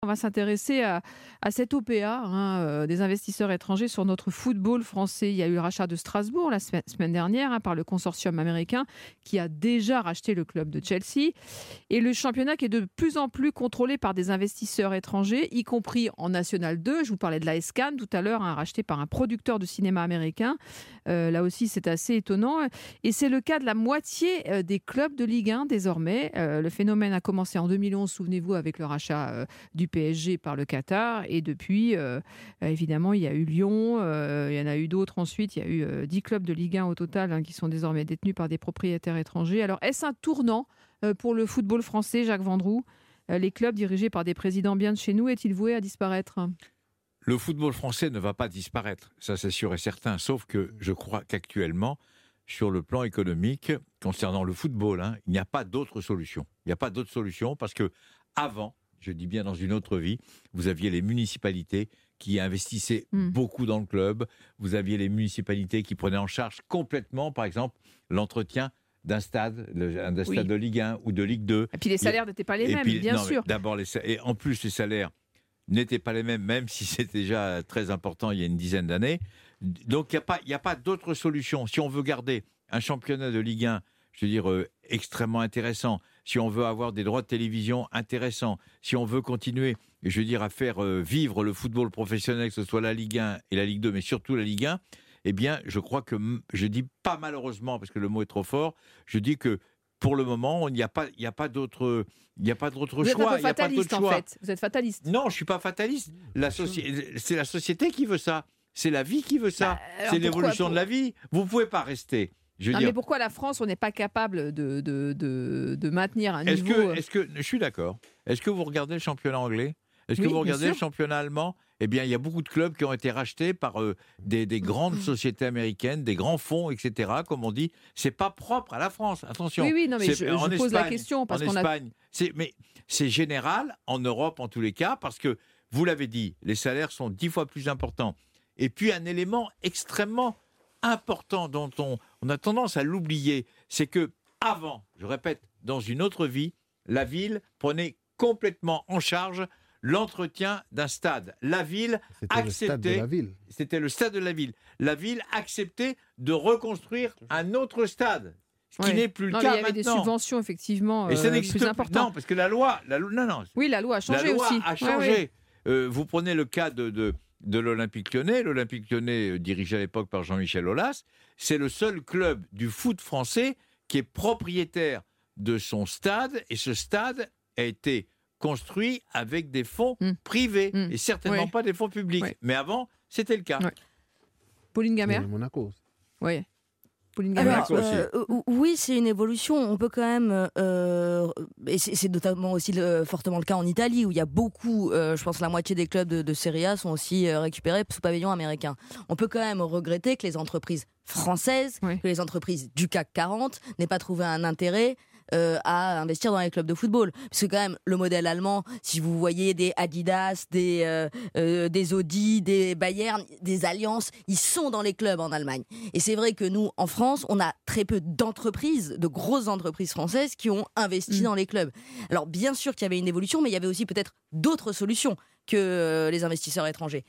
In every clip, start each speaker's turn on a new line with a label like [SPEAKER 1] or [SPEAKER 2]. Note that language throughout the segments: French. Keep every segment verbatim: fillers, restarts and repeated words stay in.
[SPEAKER 1] On va s'intéresser à, à cette O P A hein, euh, des investisseurs étrangers sur notre football français. Il y a eu le rachat de Strasbourg la semaine, semaine dernière hein, par le consortium américain qui a déjà racheté le club de Chelsea. Et le championnat qui est de plus en plus contrôlé par des investisseurs étrangers, y compris en National deux. Je vous parlais de l'A S Cannes tout à l'heure, hein, racheté par un producteur de cinéma américain. Euh, là aussi, c'est assez étonnant. Et c'est le cas de la moitié des clubs de Ligue un désormais. Euh, le phénomène a commencé en deux mille onze, souvenez-vous, avec le rachat euh, du P S G par le Qatar. Et depuis, euh, évidemment, il y a eu Lyon, euh, il y en a eu d'autres ensuite. Il y a eu euh, dix clubs de Ligue un au total hein, qui sont désormais détenus par des propriétaires étrangers. Alors, est-ce un tournant euh, pour le football français, Jacques Vendroux ? euh, Les clubs dirigés par des présidents bien de chez nous, est-il voué à disparaître ?
[SPEAKER 2] Le football français ne va pas disparaître, ça c'est sûr et certain, sauf que je crois qu'actuellement, sur le plan économique, concernant le football, hein, il n'y a pas d'autre solution. Il n'y a pas d'autre solution parce que avant, je dis bien dans une autre vie, vous aviez les municipalités qui investissaient mmh. beaucoup dans le club, vous aviez les municipalités qui prenaient en charge complètement, par exemple, l'entretien d'un stade, d'un stade oui. de Ligue un ou de Ligue deux.
[SPEAKER 1] Et puis les salaires n'étaient pas les et mêmes, puis, bien
[SPEAKER 2] non,
[SPEAKER 1] sûr.
[SPEAKER 2] D'abord, les, et en plus, les salaires n'étaient pas les mêmes, même si c'était déjà très important il y a une dizaine d'années. Donc, il n'y a pas, il n'y a pas d'autre solution. Si on veut garder un championnat de Ligue un, je veux dire, euh, extrêmement intéressant, si on veut avoir des droits de télévision intéressants, si on veut continuer, je veux dire, à faire euh, vivre le football professionnel, que ce soit la Ligue un et la Ligue deux, mais surtout la Ligue un, eh bien, je crois que, je dis pas malheureusement, parce que le mot est trop fort, je dis que pour le moment, il n'y a pas, il n'y a pas d'autre, il n'y a pas d'autre
[SPEAKER 1] Vous
[SPEAKER 2] choix.
[SPEAKER 1] Êtes un peu fataliste, en fait. Vous êtes fataliste.
[SPEAKER 2] Non, je ne suis pas fataliste. La soci... C'est la société qui veut ça. C'est la vie qui veut ça. Bah, c'est l'évolution pour... de la vie. Vous ne pouvez pas rester. Je veux
[SPEAKER 1] non,
[SPEAKER 2] dire...
[SPEAKER 1] mais pourquoi la France, on n'est pas capable de, de, de, de maintenir un
[SPEAKER 2] est-ce
[SPEAKER 1] niveau...
[SPEAKER 2] Que, est-ce que, je suis d'accord. Est-ce que vous regardez le championnat anglais ? Est-ce que
[SPEAKER 1] oui,
[SPEAKER 2] vous regardez le championnat allemand ? Eh bien, il y a beaucoup de clubs qui ont été rachetés par euh, des, des grandes sociétés américaines, des grands fonds, et cetera. Comme on dit, c'est pas propre à la France. Attention.
[SPEAKER 1] Oui, oui, non, mais je, je
[SPEAKER 2] pose
[SPEAKER 1] Espagne, la question parce
[SPEAKER 2] en
[SPEAKER 1] qu'on
[SPEAKER 2] Espagne,
[SPEAKER 1] a...
[SPEAKER 2] c'est, mais c'est général en Europe en tous les cas parce que vous l'avez dit, les salaires sont dix fois plus importants. Et puis un élément extrêmement important dont on, on a tendance à l'oublier, c'est que avant, je répète, dans une autre vie, la ville prenait complètement en charge l'entretien d'un stade. La ville
[SPEAKER 3] c'était
[SPEAKER 2] acceptait...
[SPEAKER 3] Le stade de la ville.
[SPEAKER 2] C'était le stade de la ville. La ville acceptait de reconstruire un autre stade, ce qui ouais. n'est plus le
[SPEAKER 1] non,
[SPEAKER 2] cas maintenant.
[SPEAKER 1] Il y avait des subventions, effectivement,
[SPEAKER 2] Et ça
[SPEAKER 1] euh,
[SPEAKER 2] n'existe
[SPEAKER 1] plus importantes.
[SPEAKER 2] Non, parce que la loi... La loi non, non.
[SPEAKER 1] Oui, la loi a changé
[SPEAKER 2] aussi. La loi
[SPEAKER 1] aussi.
[SPEAKER 2] a changé.
[SPEAKER 1] Ouais, ouais.
[SPEAKER 2] Euh, vous prenez le cas de, de, de l'Olympique Lyonnais. L'Olympique Lyonnais, dirigé à l'époque par Jean-Michel Aulas, c'est le seul club du foot français qui est propriétaire de son stade. Et ce stade a été construit avec des fonds mmh. privés mmh. et certainement oui. pas des fonds publics. Oui. Mais avant, c'était le cas.
[SPEAKER 1] Oui. Pauline Gamère.
[SPEAKER 3] Monaco.
[SPEAKER 1] Oui. Pauline
[SPEAKER 4] Alors, euh, oui, c'est une évolution. On peut quand même, euh, et c'est, c'est notamment aussi le, fortement le cas en Italie, où il y a beaucoup, euh, je pense la moitié des clubs de, de Serie A sont aussi euh, récupérés sous pavillon américain. On peut quand même regretter que les entreprises françaises, oui. que les entreprises du C A C quarante n'aient pas trouvé un intérêt Euh, à investir dans les clubs de football. Parce que quand même, le modèle allemand, si vous voyez des Adidas, des, euh, euh, des Audi, des Bayern, des Allianz, ils sont dans les clubs en Allemagne. Et c'est vrai que nous, en France, on a très peu d'entreprises, de grosses entreprises françaises qui ont investi mmh. dans les clubs. Alors bien sûr qu'il y avait une évolution, mais il y avait aussi peut-être d'autres solutions que euh, les investisseurs étrangers.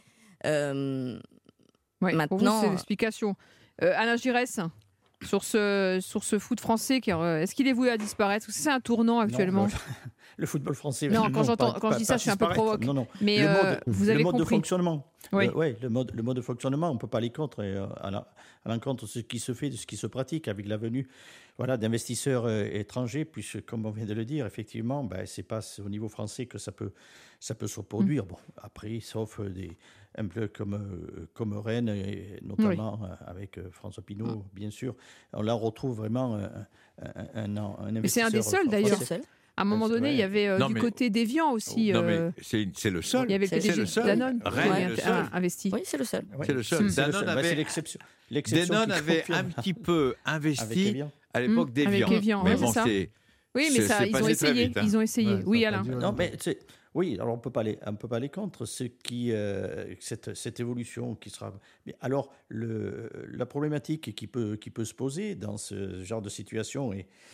[SPEAKER 4] Euh,
[SPEAKER 1] oui,
[SPEAKER 4] maintenant,
[SPEAKER 1] pour vous, c'est l'explication. Euh, Alain Giresse Sur ce, sur ce foot français, est-ce qu'il est voué à disparaître ? C'est un tournant actuellement.
[SPEAKER 5] Non, le, le football français.
[SPEAKER 1] Non, quand,
[SPEAKER 5] non,
[SPEAKER 1] pas, quand
[SPEAKER 5] pas,
[SPEAKER 1] je dis ça, je suis un peu provoque.
[SPEAKER 5] Non, non.
[SPEAKER 1] Mais
[SPEAKER 5] le
[SPEAKER 1] euh,
[SPEAKER 5] mode,
[SPEAKER 1] vous avez
[SPEAKER 5] le mode
[SPEAKER 1] compris.
[SPEAKER 5] de fonctionnement.
[SPEAKER 1] Oui,
[SPEAKER 5] le, ouais, le, mode, le mode de fonctionnement, on ne peut pas aller contre, euh, à, la, à l'encontre de ce qui se fait, de ce qui se pratique avec la venue voilà, d'investisseurs euh, étrangers. Puisque, comme on vient de le dire, effectivement, ben, c'est pas au niveau français que ça peut, ça peut se reproduire. Mmh. Bon, après, sauf des... un peu comme, euh, comme Rennes, et notamment oui. euh, avec euh, François Pinault, mmh. bien sûr. On là, on retrouve vraiment euh, un, un, un investisseur.
[SPEAKER 1] Mais c'est un des seuls, d'ailleurs. À un moment donné, ouais. il y avait euh, non, du mais... côté d'Évian aussi.
[SPEAKER 2] Non,
[SPEAKER 1] euh...
[SPEAKER 2] mais c'est, c'est le seul.
[SPEAKER 1] Il y avait
[SPEAKER 2] c'est,
[SPEAKER 1] c'est
[SPEAKER 2] le seul.
[SPEAKER 1] Danone
[SPEAKER 2] Rennes
[SPEAKER 1] ouais.
[SPEAKER 2] est le seul.
[SPEAKER 4] investi. Oui, c'est le seul.
[SPEAKER 2] Ouais. C'est le seul.
[SPEAKER 5] C'est
[SPEAKER 2] Danone
[SPEAKER 5] le seul.
[SPEAKER 2] avait,
[SPEAKER 5] bah, c'est l'exception. l'exception
[SPEAKER 2] Danone avait un petit peu investi à l'époque mmh. d'Évian.
[SPEAKER 1] Avec Évian,
[SPEAKER 2] mais
[SPEAKER 1] ouais,
[SPEAKER 2] bon,
[SPEAKER 1] c'est ça.
[SPEAKER 2] c'est,
[SPEAKER 1] Oui, mais
[SPEAKER 2] c'est,
[SPEAKER 1] ça,
[SPEAKER 2] c'est
[SPEAKER 1] ils ont essayé.
[SPEAKER 2] Vite, hein.
[SPEAKER 1] Ils ont essayé.
[SPEAKER 3] Ouais,
[SPEAKER 1] oui, Alain.
[SPEAKER 5] Non, mais c'est... Oui, alors on peut pas aller, on peut pas aller contre ce qui, euh, cette, cette évolution qui sera. Mais alors, le, la problématique qui peut, qui peut se poser dans ce genre de situation et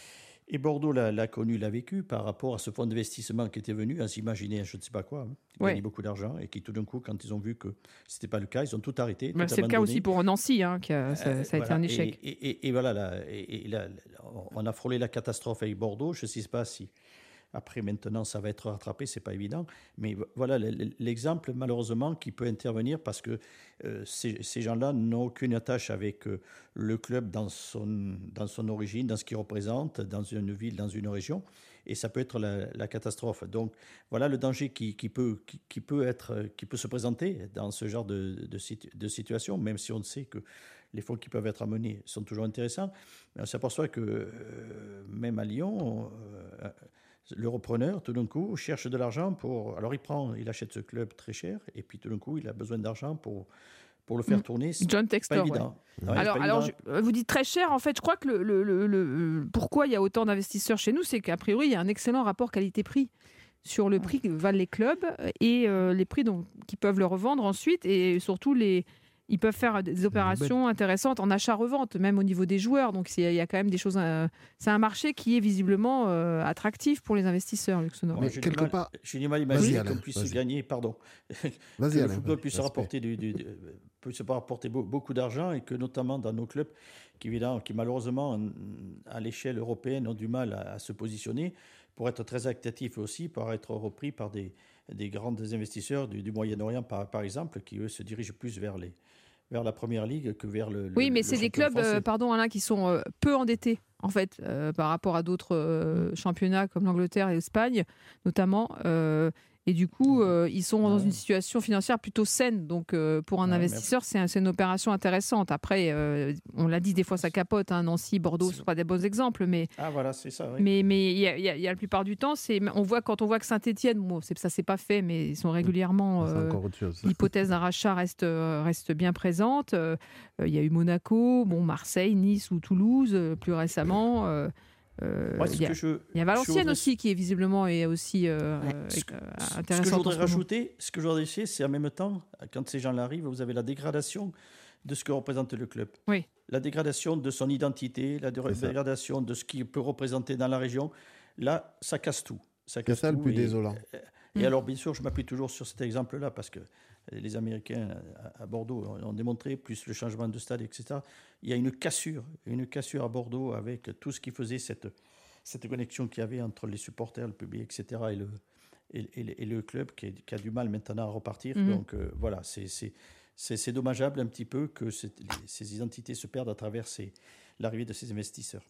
[SPEAKER 5] Et Bordeaux l'a, l'a connu, l'a vécu par rapport à ce fonds d'investissement qui était venu à s'imaginer, je ne sais pas quoi, hein, qui
[SPEAKER 1] Ouais.
[SPEAKER 5] gagnait beaucoup d'argent et qui tout d'un coup, quand ils ont vu que ce n'était pas le cas, ils ont tout arrêté.
[SPEAKER 1] Bah,
[SPEAKER 5] tout
[SPEAKER 1] c'est le cas
[SPEAKER 5] abandonné.
[SPEAKER 1] aussi pour Nancy, hein, qui a- ça,
[SPEAKER 5] Euh,
[SPEAKER 1] ça a été
[SPEAKER 5] voilà.
[SPEAKER 1] un échec.
[SPEAKER 5] Et, et- et- et voilà, là, et, et là, on a frôlé la catastrophe avec Bordeaux. Je ne sais pas si après maintenant ça va être rattrapé, c'est pas évident. Mais voilà l'exemple malheureusement qui peut intervenir parce que euh, ces, ces gens-là n'ont aucune attache avec euh, le club dans son, dans son origine, dans ce qu'il représente, dans une ville, dans une région. Et ça peut être la, la catastrophe. Donc voilà le danger qui, qui, peut, qui, qui, peut être, qui peut se présenter dans ce genre de, de, situ, de situation, même si on sait que les fonds qui peuvent être amenés sont toujours intéressants. Mais on s'aperçoit que euh, même à Lyon, euh, le repreneur, tout d'un coup, cherche de l'argent pour... Alors il prend, il achète ce club très cher, et puis tout d'un coup, il a besoin d'argent pour, pour le faire tourner. C'est
[SPEAKER 1] John
[SPEAKER 5] pas
[SPEAKER 1] Textor, ouais.
[SPEAKER 5] évident. Ouais,
[SPEAKER 1] alors,
[SPEAKER 5] c'est pas
[SPEAKER 1] alors
[SPEAKER 5] évident.
[SPEAKER 1] je- vous dites très cher. En fait, je crois que le, le- le- le- pourquoi il y a autant d'investisseurs chez nous, c'est qu'a priori, il y a un excellent rapport qualité-prix sur le prix que valent les clubs et euh, les prix dont, qui peuvent le revendre ensuite, et surtout les... Ils peuvent faire des opérations intéressantes en achat-revente, même au niveau des joueurs. Donc, il y a quand même des choses. Euh, c'est un marché qui est visiblement euh, attractif pour les investisseurs, Luxonor.
[SPEAKER 5] Moi,
[SPEAKER 3] Mais
[SPEAKER 5] j'ai
[SPEAKER 3] quelque
[SPEAKER 5] du mal,
[SPEAKER 3] part-
[SPEAKER 5] j'ai du mal à
[SPEAKER 3] Vas-y,
[SPEAKER 5] imaginer
[SPEAKER 3] Alain,
[SPEAKER 5] qu'on puisse
[SPEAKER 3] vas-y.
[SPEAKER 5] gagner, pardon,
[SPEAKER 3] Vas-y,
[SPEAKER 5] que le
[SPEAKER 3] Alain,
[SPEAKER 5] football
[SPEAKER 3] vas-y,
[SPEAKER 5] puisse
[SPEAKER 3] respect.
[SPEAKER 5] rapporter, du, du- du- puisse pas rapporter beau- beaucoup d'argent et que notamment dans nos clubs qui, évidemment, qui malheureusement à l'échelle européenne ont du mal à, à se positionner pour être très actifs aussi, pour être repris par des, des grands investisseurs du, du Moyen-Orient par, par exemple, qui eux se dirigent plus vers les vers la première ligue que vers le.
[SPEAKER 1] Oui,
[SPEAKER 5] le-
[SPEAKER 1] mais
[SPEAKER 5] le
[SPEAKER 1] c'est des
[SPEAKER 5] championnat
[SPEAKER 1] clubs, euh,
[SPEAKER 5] français.
[SPEAKER 1] pardon Alain, qui sont euh, peu endettés, en fait, euh, par rapport à d'autres euh, championnats comme l'Angleterre et l'Espagne, notamment. Euh, et du coup, euh, ils sont dans
[SPEAKER 5] Ouais.
[SPEAKER 1] une situation financière plutôt saine. Donc, euh, pour un
[SPEAKER 5] Ouais,
[SPEAKER 1] investisseur, c'est, un- c'est une opération intéressante. Après, euh, on l'a dit, des fois, ça capote. Hein, Nancy, Bordeaux, ce ne sont pas des bons exemples, mais
[SPEAKER 5] Ah voilà, c'est ça. Oui.
[SPEAKER 1] mais mais il y, a- il y a il y a la plupart du temps, c'est on voit quand on voit que Saint-Étienne, bon, c'est, ça s'est pas fait, mais ils sont régulièrement.
[SPEAKER 3] C'est
[SPEAKER 1] euh,
[SPEAKER 3] encore autre chose.
[SPEAKER 1] L'hypothèse d'un rachat reste, euh, reste bien présente. Euh, Il y a eu Monaco, bon, Marseille, Nice ou Toulouse euh, plus récemment. Euh, euh,
[SPEAKER 5] Moi,
[SPEAKER 1] il
[SPEAKER 5] ce
[SPEAKER 1] y a,
[SPEAKER 5] que je-
[SPEAKER 1] il y a
[SPEAKER 5] je
[SPEAKER 1] Valenciennes
[SPEAKER 5] voudrais-
[SPEAKER 1] aussi qui est visiblement est aussi euh,
[SPEAKER 4] Ouais.
[SPEAKER 1] euh,
[SPEAKER 5] Ce que-
[SPEAKER 1] euh,
[SPEAKER 5] Ce que je
[SPEAKER 1] intéressante en
[SPEAKER 5] voudrais
[SPEAKER 1] ce moment.
[SPEAKER 5] rajouter, ce que je voudrais dire, c'est en même temps, quand ces gens-là arrivent, vous avez la dégradation de ce que représente le club.
[SPEAKER 1] Oui.
[SPEAKER 5] La dégradation de son identité, la dé-
[SPEAKER 3] C'est ça.
[SPEAKER 5] dégradation de ce qu'il peut représenter dans la région. Là, ça casse tout. Ça
[SPEAKER 3] C'est
[SPEAKER 5] casse
[SPEAKER 3] ça le
[SPEAKER 5] tout
[SPEAKER 3] plus
[SPEAKER 5] et-
[SPEAKER 3] désolant.
[SPEAKER 5] Et
[SPEAKER 1] Mm.
[SPEAKER 5] alors, bien sûr, je m'appuie toujours sur cet exemple-là parce que les Américains à à Bordeaux ont démontré, plus le changement de stade, et cetera. Il y a une cassure, une cassure à Bordeaux avec tout ce qui faisait cette, cette connexion qu'il y avait entre les supporters, le public, et cetera, et le, et, et le- et le club qui, est- qui a du mal maintenant à repartir.
[SPEAKER 1] Mhm.
[SPEAKER 5] Donc euh, voilà, c'est, c'est, c'est, c'est dommageable un petit peu que cette- les- ces identités se perdent à travers ces- l'arrivée de ces investisseurs.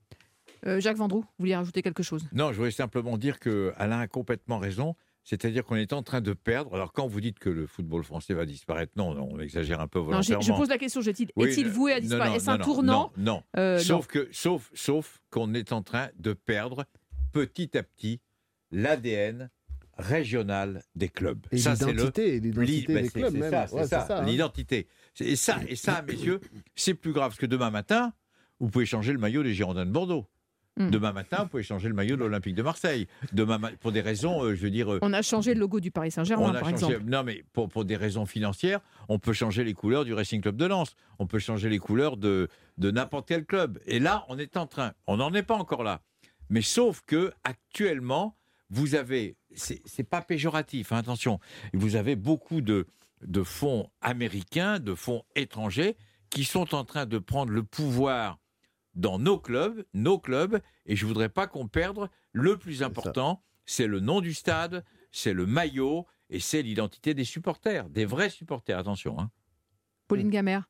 [SPEAKER 1] Euh, Jacques Vendroux, vous vouliez rajouter quelque chose?
[SPEAKER 2] Non, je voulais simplement dire que Alain a complètement raison. C'est-à-dire qu'on est en train de perdre. Alors, quand vous dites que le football français va disparaître, non, non, on exagère un peu
[SPEAKER 1] Non, j'ai-
[SPEAKER 2] volontairement.
[SPEAKER 1] je pose la question, est-il,
[SPEAKER 2] Oui,
[SPEAKER 1] est-il
[SPEAKER 2] euh,
[SPEAKER 1] voué à
[SPEAKER 2] non,
[SPEAKER 1] disparaître?
[SPEAKER 2] non,
[SPEAKER 1] Est-ce un
[SPEAKER 2] non,
[SPEAKER 1] tournant?
[SPEAKER 2] Non, non.
[SPEAKER 1] Euh, non.
[SPEAKER 2] sauf, que, sauf, sauf qu'on est en train de perdre petit à petit l'A D N régional des clubs.
[SPEAKER 3] Et
[SPEAKER 2] ça, c'est le
[SPEAKER 3] l'identité, l'identité
[SPEAKER 2] Ben,
[SPEAKER 3] des
[SPEAKER 2] c'est-
[SPEAKER 3] clubs
[SPEAKER 2] c'est
[SPEAKER 3] même.
[SPEAKER 2] ça, c'est
[SPEAKER 3] Ouais,
[SPEAKER 2] ça,
[SPEAKER 3] hein.
[SPEAKER 2] l'identité. C'est- Et ça, et ça, messieurs, c'est plus grave parce que demain matin, vous pouvez changer le maillot des Girondins de Bordeaux.
[SPEAKER 1] Mm.
[SPEAKER 2] Demain matin, vous pouvez changer le maillot de l'Olympique de Marseille. Demain, ma- pour des raisons, euh, je veux dire. euh,
[SPEAKER 1] On a changé le logo du Paris Saint-Germain,
[SPEAKER 2] on a
[SPEAKER 1] par
[SPEAKER 2] changé-
[SPEAKER 1] exemple.
[SPEAKER 2] Non, mais pour, pour des raisons financières, on peut changer les couleurs du Racing Club de Lens. On peut changer les couleurs de, de n'importe quel club. Et là, on est en train. On n'en est pas encore là. Mais sauf que actuellement, vous avez. C'est, c'est pas péjoratif, hein, attention. Vous avez beaucoup de, de fonds américains, de fonds étrangers qui sont en train de prendre le pouvoir dans nos clubs, nos clubs, et je voudrais pas qu'on perde le plus important, c'est le nom du stade, c'est le maillot, et c'est l'identité des supporters, des vrais supporters, attention. Hein.
[SPEAKER 1] Pauline Gamère,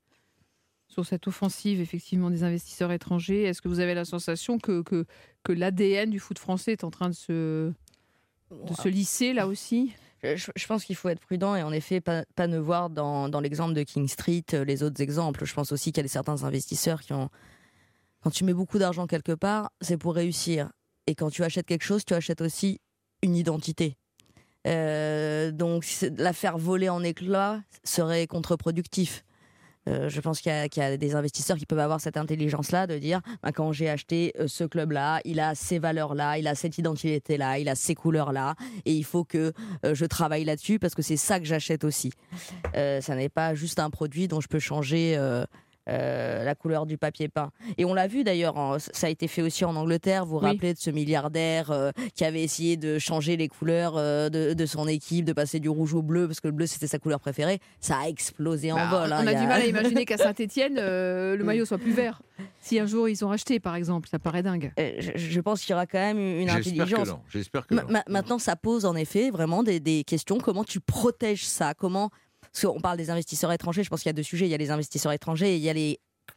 [SPEAKER 1] sur cette offensive, effectivement, des investisseurs étrangers, est-ce que vous avez la sensation que, que, que l'A D N du foot français est en train de se, de se lisser, là aussi?
[SPEAKER 4] Je, je pense qu'il faut être prudent et en effet pas, pas ne voir dans, dans l'exemple de King Street euh, les autres exemples. Je pense aussi qu'il y a certains investisseurs qui ont... Quand tu mets beaucoup d'argent quelque part, c'est pour réussir. Et quand tu achètes quelque chose, tu achètes aussi une identité. Euh, donc c'est- la faire voler en éclats serait contre-productif. Euh, je pense qu'il y, a, qu'il y a des investisseurs qui peuvent avoir cette intelligence-là de dire bah, quand j'ai acheté euh, ce club-là, il a ces valeurs-là, il a cette identité-là, il a ces couleurs-là, et il faut que euh, je travaille là-dessus parce que c'est ça que j'achète aussi. Euh, ça n'est pas juste un produit dont je peux changer euh, euh, la couleur du papier peint. Et on l'a vu d'ailleurs, hein, ça a été fait aussi en Angleterre. Vous vous oui. rappelez de ce milliardaire euh, qui avait essayé de changer les couleurs euh, de, de son équipe, de passer du rouge au bleu, parce que le bleu c'était sa couleur préférée. Ça a explosé bah, en vol.
[SPEAKER 1] On
[SPEAKER 4] hein,
[SPEAKER 1] a
[SPEAKER 4] y
[SPEAKER 1] du
[SPEAKER 4] a...
[SPEAKER 1] mal à imaginer qu'à Saint-Etienne, euh, le maillot soit plus vert. Si un jour ils sont rachetés, par exemple, ça paraît dingue.
[SPEAKER 4] Euh, je, je pense qu'il y aura quand même une
[SPEAKER 2] J'espère
[SPEAKER 4] intelligence.
[SPEAKER 2] Que non. J'espère que
[SPEAKER 4] ma,
[SPEAKER 2] non.
[SPEAKER 4] ma, maintenant, ça pose en effet vraiment des, des questions. Comment tu protèges ça ? Comment... Parce qu'on parle des investisseurs étrangers. Je pense qu'il y a deux sujets. Il y a les investisseurs étrangers et il y a les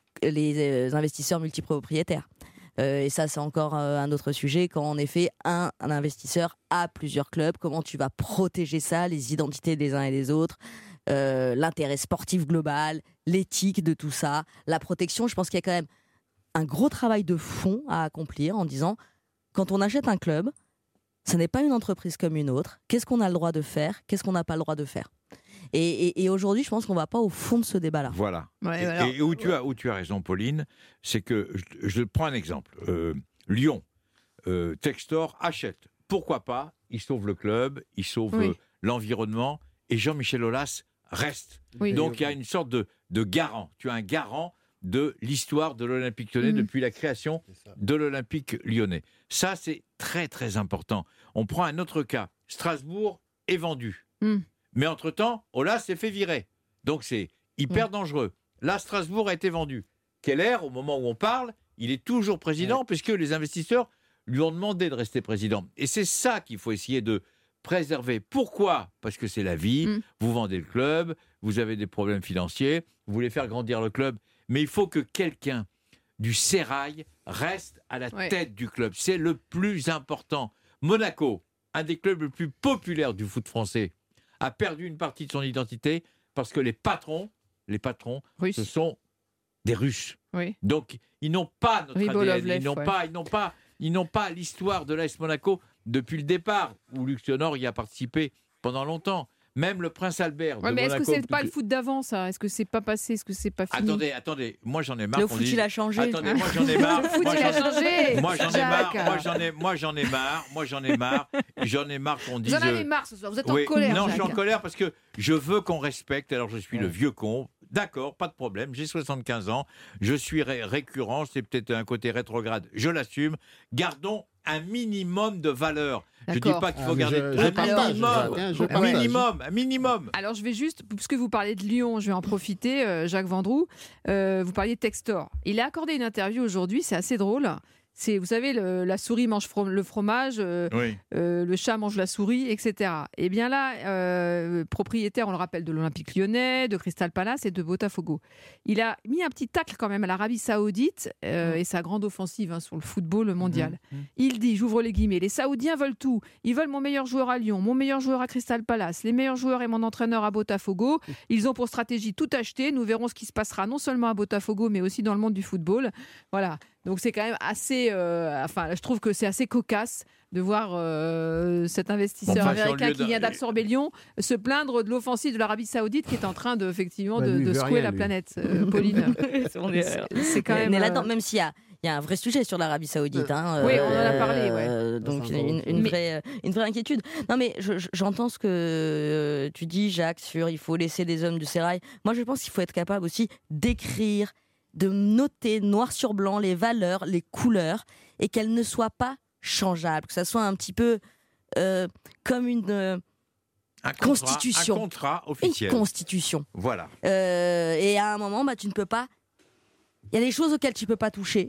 [SPEAKER 4] les investisseurs multipropriétaires. Euh, et ça, c'est encore euh, un autre sujet. Quand en effet, un, un investisseur a plusieurs clubs, comment tu vas protéger ça, les identités des uns et des autres, euh, l'intérêt sportif global, l'éthique de tout ça, la protection. Je pense qu'il y a quand même un gros travail de fond à accomplir en disant, quand on achète un club, ce n'est pas une entreprise comme une autre. Qu'est-ce qu'on a le droit de faire ? Qu'est-ce qu'on n'a pas le droit de faire ? Et, et, et aujourd'hui, je pense qu'on ne va pas au fond de ce débat-là.
[SPEAKER 2] Voilà.
[SPEAKER 1] Ouais,
[SPEAKER 2] et,
[SPEAKER 1] alors,
[SPEAKER 2] et où, tu as, où tu as raison, Pauline, c'est que, je, je prends un exemple. Euh, Lyon, euh, Textor achète. Pourquoi pas ? Il sauve le club, il sauve oui. euh, l'environnement, et Jean-Michel Aulas reste. Oui. Donc il y a une sorte de, de garant. Tu as un garant de l'histoire de l'Olympique Lyonnais mmh. depuis la création de l'Olympique Lyonnais. Ça, c'est très, très important. On prend un autre cas. Strasbourg est vendu. Mmh. Mais entre-temps, Aulas s'est fait virer. Donc c'est hyper mmh. dangereux. Là, Strasbourg a été vendu. Keller, au moment où on parle, il est toujours président ouais. puisque les investisseurs lui ont demandé de rester président. Et c'est ça qu'il faut essayer de préserver. Pourquoi ? Parce que c'est la vie. Mmh. Vous vendez le club, vous avez des problèmes financiers, vous voulez faire grandir le club. Mais il faut que quelqu'un du sérail reste à la ouais. tête du club. C'est le plus important. Monaco, un des clubs les plus populaires du foot français, a perdu une partie de son identité parce que les patrons, les patrons, Russe. ce sont des Russes. Oui. Donc, ils n'ont pas notre
[SPEAKER 1] Ribo
[SPEAKER 2] A D N,
[SPEAKER 1] Lovelev,
[SPEAKER 2] ils n'ont
[SPEAKER 1] ouais.
[SPEAKER 2] pas, ils n'ont pas, ils n'ont pas l'histoire de l'A S Monaco depuis le départ, où Luxembourg y a participé pendant longtemps. Même le prince Albert
[SPEAKER 1] ouais,
[SPEAKER 2] de
[SPEAKER 1] mais
[SPEAKER 2] Monaco.
[SPEAKER 1] Est-ce que c'est pas le foot d'avant, ça ? Est-ce que c'est pas passé ? Est-ce que c'est pas fini ?
[SPEAKER 2] Attendez, attendez, moi j'en ai marre.
[SPEAKER 4] Le foot,
[SPEAKER 2] dise...
[SPEAKER 4] il a changé.
[SPEAKER 2] Attendez, moi j'en ai marre.
[SPEAKER 1] Le foot,
[SPEAKER 2] moi,
[SPEAKER 1] il a changé.
[SPEAKER 2] Moi j'en ai marre. Moi j'en ai, moi j'en ai marre. Moi j'en ai marre. J'en ai marre qu'on dise.
[SPEAKER 1] Vous en avez marre ce soir. Vous êtes
[SPEAKER 2] oui.
[SPEAKER 1] en colère.
[SPEAKER 2] Non,
[SPEAKER 1] Jacques.
[SPEAKER 2] je suis en colère parce que je veux qu'on respecte. Alors je suis ouais. le vieux con. D'accord, pas de problème. J'ai soixante-quinze ans. Je suis ré- récurrent. C'est peut-être un côté rétrograde. Je l'assume. Gardons un minimum de valeur. Je ne dis pas qu'il faut ah, garder
[SPEAKER 3] je,
[SPEAKER 2] un,
[SPEAKER 3] je partage,
[SPEAKER 2] minimum,
[SPEAKER 3] je, je
[SPEAKER 2] un minimum, un minimum.
[SPEAKER 1] Alors je vais juste, puisque vous parlez de Lyon, je vais en profiter, euh, Jacques Vendroux. Euh, vous parliez de Textor. Il a accordé une interview aujourd'hui, c'est assez drôle. C'est, vous savez, le, la souris mange from- le fromage, euh, oui. euh, le chat mange la souris, et cetera. Et bien là, euh, propriétaire, on le rappelle, de l'Olympique Lyonnais, de Crystal Palace et de Botafogo. Il a mis un petit tacle quand même à l'Arabie Saoudite euh, mmh. et sa grande offensive hein, sur le football mondial. Mmh. Il dit, j'ouvre les guillemets, les Saoudiens veulent tout. Ils veulent mon meilleur joueur à Lyon, mon meilleur joueur à Crystal Palace, les meilleurs joueurs et mon entraîneur à Botafogo. Ils ont pour stratégie tout acheté. Nous verrons ce qui se passera non seulement à Botafogo, mais aussi dans le monde du football. Voilà. Donc c'est quand même assez, euh, enfin, je trouve que c'est assez cocasse de voir euh, cet investisseur enfin, américain qui vient d'absorber Lyon se plaindre de l'offensive de l'Arabie Saoudite qui est en train de effectivement bah, de, de secouer rien, la lui. planète. Euh, Pauline, c'est, c'est quand même.
[SPEAKER 4] Mais là-dedans, même s'il y a Il y a un vrai sujet sur l'Arabie Saoudite. Hein,
[SPEAKER 1] oui, on en a parlé. Ouais.
[SPEAKER 4] Euh, donc, une, une, mais... vraie, une vraie inquiétude. Non, mais je, j'entends ce que tu dis, Jacques, sur il faut laisser des hommes du sérail. Moi, je pense qu'il faut être capable aussi d'écrire, de noter noir sur blanc les valeurs, les couleurs, et qu'elles ne soient pas changeables. Que ça soit un petit peu euh, comme une... Euh,
[SPEAKER 2] Un contrat,
[SPEAKER 4] constitution.
[SPEAKER 2] Un contrat officiel.
[SPEAKER 4] Une constitution.
[SPEAKER 2] Voilà.
[SPEAKER 4] Euh, et à un moment, bah, tu ne peux pas... Il y a des choses auxquelles tu ne peux pas toucher.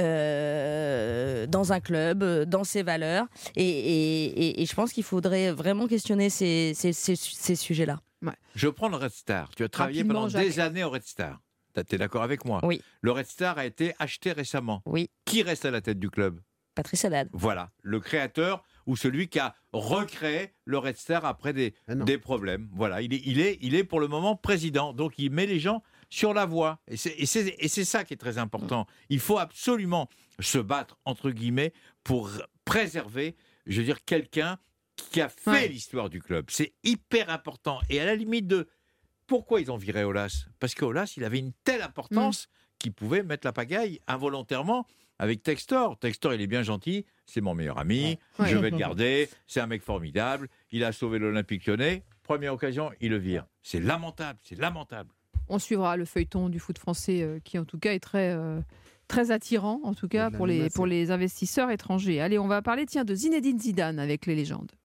[SPEAKER 4] Euh, dans un club, dans ses valeurs, et, et, et, et je pense qu'il faudrait vraiment questionner ces, ces, ces, ces sujets-là.
[SPEAKER 2] Ouais. Je prends le Red Star. Tu as travaillé Rapidement, pendant Jacques. des années au Red Star. Tu es d'accord avec moi ?
[SPEAKER 4] Oui.
[SPEAKER 2] Le Red Star a été acheté récemment.
[SPEAKER 4] Oui.
[SPEAKER 2] Qui reste à la tête du club ?
[SPEAKER 4] Patrice Haddad.
[SPEAKER 2] Voilà, le créateur ou celui qui a recréé le Red Star après des, des problèmes. Voilà, il est, il, est, il est pour le moment président, donc il met les gens sur la voie. Et c'est, et c'est, et c'est ça qui est très important. Il faut absolument se battre, entre guillemets, pour préserver, je veux dire, quelqu'un qui a fait ouais. l'histoire du club. C'est hyper important. Et à la limite de... Pourquoi ils ont viré Aulas ? Parce qu'Aulas, il avait une telle importance mmh. qu'il pouvait mettre la pagaille involontairement avec Textor. Textor, il est bien gentil, c'est mon meilleur ami, ouais. je vais le garder, c'est un mec formidable, il a sauvé l'Olympique Lyonnais. Première occasion, il le vire. C'est lamentable, c'est lamentable.
[SPEAKER 1] On suivra le feuilleton du foot français euh, qui, en tout cas, est très, euh, très attirant, en tout cas, pour les, pour les investisseurs étrangers. Allez, on va parler tiens, de Zinedine Zidane avec les légendes.